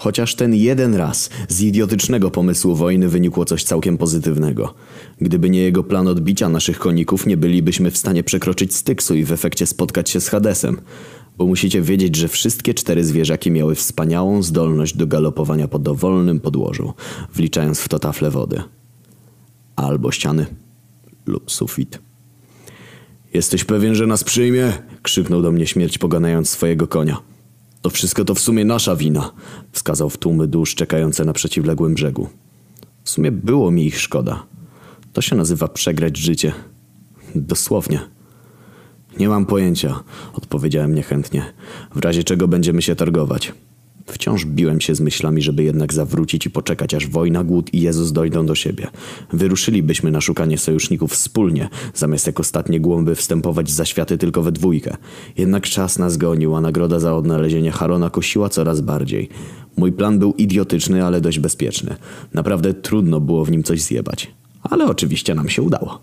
Chociaż ten jeden raz z idiotycznego pomysłu wojny wynikło coś całkiem pozytywnego. Gdyby nie jego plan odbicia naszych koników, nie bylibyśmy w stanie przekroczyć Styksu i w efekcie spotkać się z Hadesem. Bo musicie wiedzieć, że wszystkie 4 zwierzaki miały wspaniałą zdolność do galopowania po dowolnym podłożu, wliczając w to tafle wody. Albo ściany lub sufit. Jesteś pewien, że nas przyjmie? Krzyknął do mnie śmierć, poganając swojego konia. To wszystko to w sumie nasza wina, wskazał w tłumy dusz czekające na przeciwległym brzegu. W sumie było mi ich szkoda. To się nazywa przegrać życie. Dosłownie. Nie mam pojęcia, odpowiedziałem niechętnie. W razie czego będziemy się targować. Wciąż biłem się z myślami, żeby jednak zawrócić i poczekać, aż wojna, głód i Jezus dojdą do siebie. Wyruszylibyśmy na szukanie sojuszników wspólnie, zamiast jak ostatnie głąby wstępować za światy tylko we dwójkę. Jednak czas nas gonił, a nagroda za odnalezienie Harona kusiła coraz bardziej. Mój plan był idiotyczny, ale dość bezpieczny. Naprawdę trudno było w nim coś zjebać. Ale oczywiście nam się udało.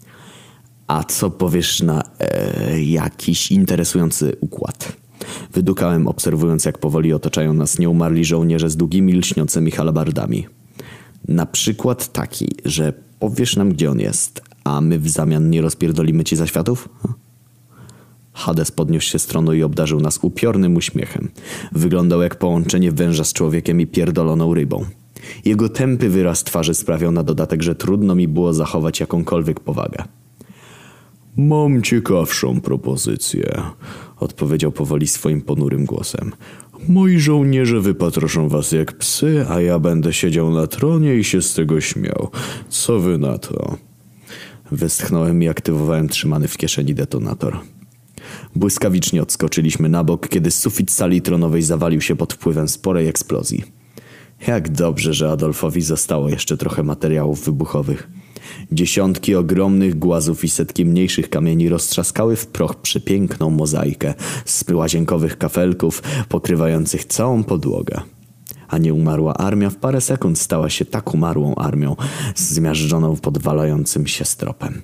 A co powiesz na jakiś interesujący układ? Wydukałem, obserwując, jak powoli otaczają nas nieumarli żołnierze z długimi, lśniącymi halabardami. Na przykład taki, że powiesz nam, gdzie on jest, a my w zamian nie rozpierdolimy ci zaświatów? Hades podniósł się z tronu i obdarzył nas upiornym uśmiechem. Wyglądał jak połączenie węża z człowiekiem i pierdoloną rybą. Jego tępy wyraz twarzy sprawiał na dodatek, że trudno mi było zachować jakąkolwiek powagę. Mam ciekawszą propozycję, odpowiedział powoli swoim ponurym głosem. Moi żołnierze wypatroszą was jak psy, a ja będę siedział na tronie i się z tego śmiał. Co wy na to? Westchnąłem i aktywowałem trzymany w kieszeni detonator. Błyskawicznie odskoczyliśmy na bok, kiedy sufit sali tronowej zawalił się pod wpływem sporej eksplozji. Jak dobrze, że Adolfowi zostało jeszcze trochę materiałów wybuchowych. Dziesiątki ogromnych głazów i setki mniejszych kamieni roztrzaskały w proch przepiękną mozaikę z łazienkowych kafelków pokrywających całą podłogę. A nieumarła armia w parę sekund stała się tak umarłą armią, zmiażdżoną podwalającym się stropem.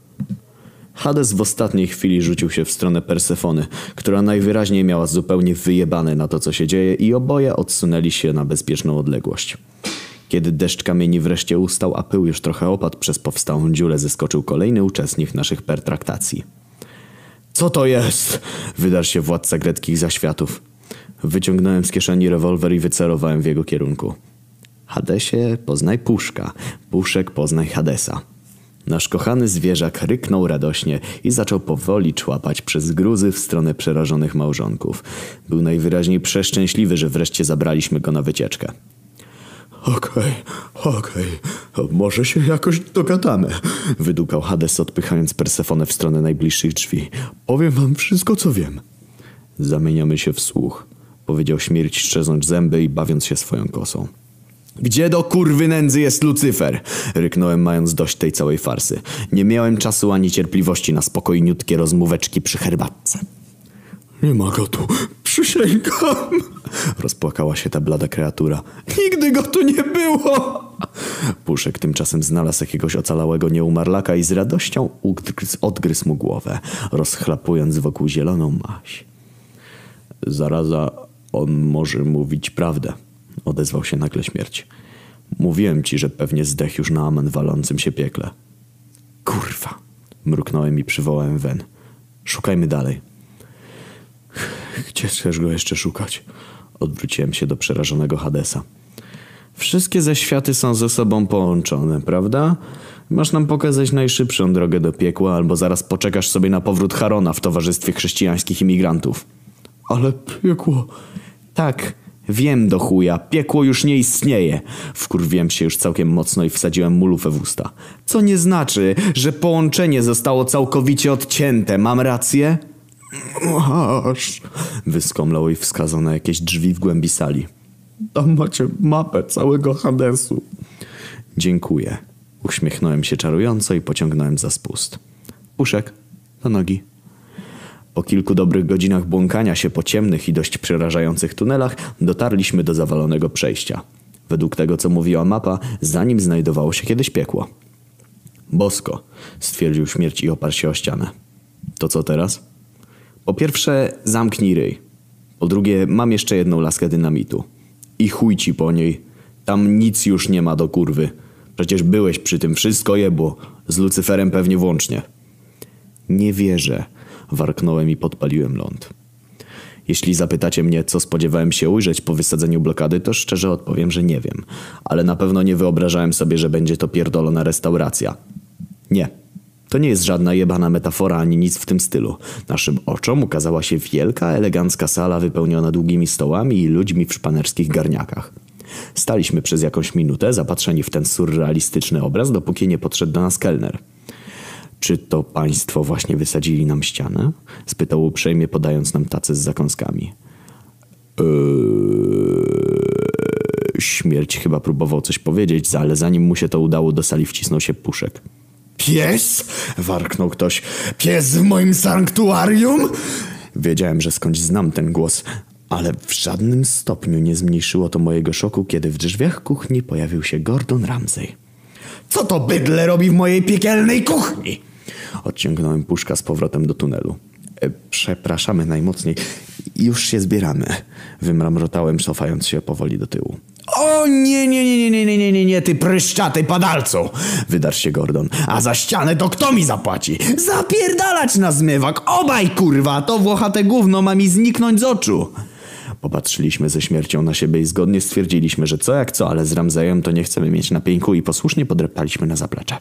Hades w ostatniej chwili rzucił się w stronę Persefony, która najwyraźniej miała zupełnie wyjebane na to, co się dzieje, i oboje odsunęli się na bezpieczną odległość. Kiedy deszcz kamieni wreszcie ustał, a pył już trochę opadł przez powstałą dziurę, zeskoczył kolejny uczestnik naszych pertraktacji. Co to jest? Wydarł się władca greckich zaświatów. Wyciągnąłem z kieszeni rewolwer i wycelowałem w jego kierunku. Hadesie, poznaj Puszka. Puszek, poznaj Hadesa. Nasz kochany zwierzak ryknął radośnie i zaczął powoli człapać przez gruzy w stronę przerażonych małżonków. Był najwyraźniej przeszczęśliwy, że wreszcie zabraliśmy go na wycieczkę. Okej, może się jakoś dogadamy, wydukał Hades, odpychając Persefonę w stronę najbliższych drzwi. Powiem wam wszystko, co wiem. Zamieniamy się w słuch, powiedział śmierć, szczerząc zęby i bawiąc się swoją kosą. Gdzie do kurwy nędzy jest Lucyfer? Ryknąłem, mając dość tej całej farsy. Nie miałem czasu ani cierpliwości na spokojniutkie rozmóweczki przy herbatce. Nie ma go tu, przysięgam. Rozpłakała się ta blada kreatura. Nigdy go tu nie było. Puszek tymczasem znalazł jakiegoś ocalałego nieumarlaka i z radością odgryzł mu głowę, rozchlapując wokół zieloną maź. Zaraza, on może mówić prawdę, odezwał się nagle śmierć. Mówiłem ci, że pewnie zdech już na amen walącym się piekle. Kurwa, mruknąłem i przywołałem Wen. Szukajmy dalej. Gdzie chcesz go jeszcze szukać? Odwróciłem się do przerażonego Hadesa. Wszystkie zaświaty są ze sobą połączone, prawda? Masz nam pokazać najszybszą drogę do piekła, albo zaraz poczekasz sobie na powrót Harona w towarzystwie chrześcijańskich imigrantów. Ale piekło... Tak, wiem do chuja, piekło już nie istnieje. Wkurwiłem się już całkiem mocno i wsadziłem mu lufę w usta. Co nie znaczy, że połączenie zostało całkowicie odcięte. Mam rację? Masz, wyskomlał i wskazał na jakieś drzwi w głębi sali. Tam macie mapę całego Hadesu. Dziękuję. Uśmiechnąłem się czarująco i pociągnąłem za spust. Puszek, do nogi. Po kilku dobrych godzinach błąkania się po ciemnych i dość przerażających tunelach dotarliśmy do zawalonego przejścia. Według tego, co mówiła mapa, za nim znajdowało się kiedyś piekło. Bosko, stwierdził śmierć i oparł się o ścianę. To co teraz? Po pierwsze, zamknij ryj. Po drugie, mam jeszcze jedną laskę dynamitu. I chuj ci po niej. Tam nic już nie ma do kurwy. Przecież byłeś przy tym, wszystko jebło. Z Lucyferem pewnie włącznie. Nie wierzę, warknąłem i podpaliłem ląd. Jeśli zapytacie mnie, co spodziewałem się ujrzeć po wysadzeniu blokady, to szczerze odpowiem, że nie wiem. Ale na pewno nie wyobrażałem sobie, że będzie to pierdolona restauracja. Nie. To nie jest żadna jebana metafora ani nic w tym stylu. Naszym oczom ukazała się wielka, elegancka sala wypełniona długimi stołami i ludźmi w szpanerskich garniakach. Staliśmy przez jakąś minutę zapatrzeni w ten surrealistyczny obraz, dopóki nie podszedł do nas kelner. Czy to państwo właśnie wysadzili nam ścianę? Spytał uprzejmie, podając nam tacę z zakąskami. Śmierć chyba próbował coś powiedzieć, ale zanim mu się to udało, do sali wcisnął się Puszek. Pies? Warknął ktoś. Pies w moim sanktuarium? Wiedziałem, że skądś znam ten głos, ale w żadnym stopniu nie zmniejszyło to mojego szoku, kiedy w drzwiach kuchni pojawił się Gordon Ramsay. Co to bydle robi w mojej piekielnej kuchni? Odciągnąłem Puszka z powrotem do tunelu. Przepraszamy najmocniej. Już się zbieramy. Wymramrotałem, cofając się powoli do tyłu. O nie, ty pryszczaty padalcu! Wydarł się Gordon. A za ścianę to kto mi zapłaci? Zapierdalać na zmywak! Obaj kurwa! To włochate gówno ma mi zniknąć z oczu! Popatrzyliśmy ze śmiercią na siebie i zgodnie stwierdziliśmy, że co jak co, ale z Ramsayem to nie chcemy mieć na pieńku i posłusznie podreptaliśmy na zaplecze.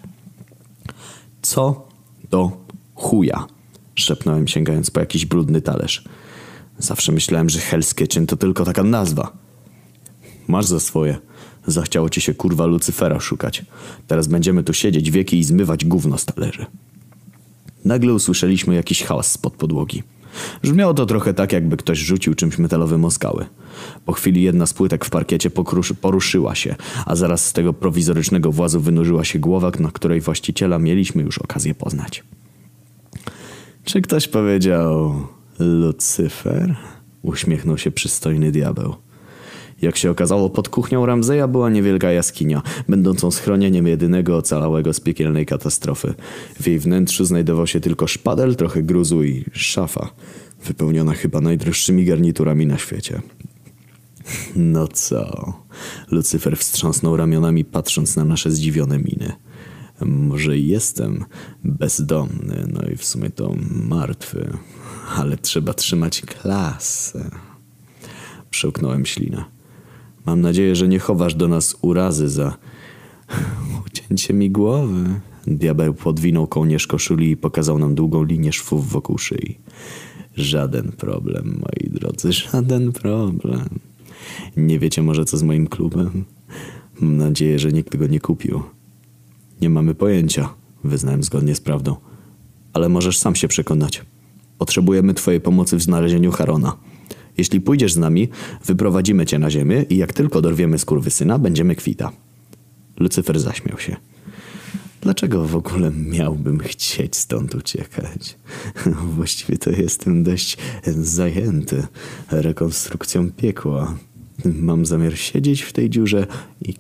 Co do chuja? Szepnąłem, sięgając po jakiś brudny talerz. Zawsze myślałem, że Hell's Kitchen to tylko taka nazwa. Masz za swoje. Zachciało ci się kurwa Lucyfera szukać. Teraz będziemy tu siedzieć wieki i zmywać gówno z talerzy. Nagle usłyszeliśmy jakiś hałas spod podłogi. Brzmiało to trochę tak, jakby ktoś rzucił czymś metalowym o skały. Po chwili jedna z płytek w parkiecie poruszyła się, a zaraz z tego prowizorycznego włazu wynurzyła się głowa, na której właściciela mieliśmy już okazję poznać. Czy ktoś powiedział Lucyfer? Uśmiechnął się przystojny diabeł. Jak się okazało, pod kuchnią Ramsaya była niewielka jaskinia, będącą schronieniem jedynego ocalałego z piekielnej katastrofy. W jej wnętrzu znajdował się tylko szpadel, trochę gruzu i szafa, wypełniona chyba najdroższymi garniturami na świecie. No co? Lucyfer wstrząsnął ramionami, patrząc na nasze zdziwione miny. Może jestem bezdomny, no i w sumie to martwy, ale trzeba trzymać klasę. Przełknąłem ślinę. Mam nadzieję, że nie chowasz do nas urazy za ucięcie mi głowy. Diabeł podwinął kołnierz koszuli i pokazał nam długą linię szwów wokół szyi. Żaden problem, moi drodzy, żaden problem. Nie wiecie może co z moim klubem? Mam nadzieję, że nikt go nie kupił. Nie mamy pojęcia, wyznałem zgodnie z prawdą. Ale możesz sam się przekonać. Potrzebujemy twojej pomocy w znalezieniu Harona. Jeśli pójdziesz z nami, wyprowadzimy cię na ziemię i jak tylko dorwiemy skurwysyna, będziemy kwita. Lucyfer zaśmiał się. Dlaczego w ogóle miałbym chcieć stąd uciekać? Właściwie to jestem dość zajęty rekonstrukcją piekła. Mam zamiar siedzieć w tej dziurze i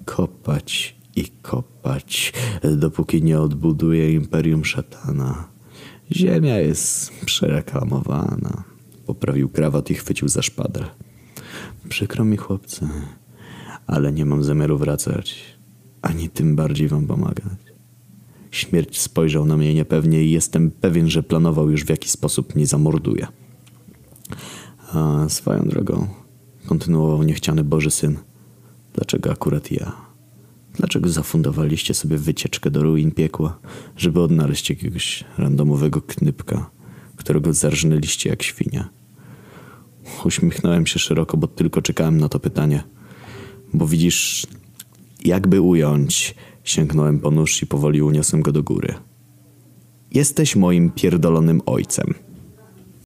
kopać, dopóki nie odbuduję imperium szatana. Ziemia jest przereklamowana. Poprawił krawat i chwycił za szpadel. Przykro mi, chłopcy, ale nie mam zamiaru wracać, ani tym bardziej wam pomagać. Śmierć spojrzał na mnie niepewnie i jestem pewien, że planował już w jaki sposób mnie zamorduje. A swoją drogą, kontynuował niechciany Boży Syn, dlaczego akurat ja? Dlaczego zafundowaliście sobie wycieczkę do ruin piekła, żeby odnaleźć jakiegoś randomowego knypka, którego zarżnęliście jak świnia? Uśmiechnąłem się szeroko, bo tylko czekałem na to pytanie. Bo widzisz, jakby ująć, sięgnąłem po nóż i powoli uniosłem go do góry. Jesteś moim pierdolonym ojcem.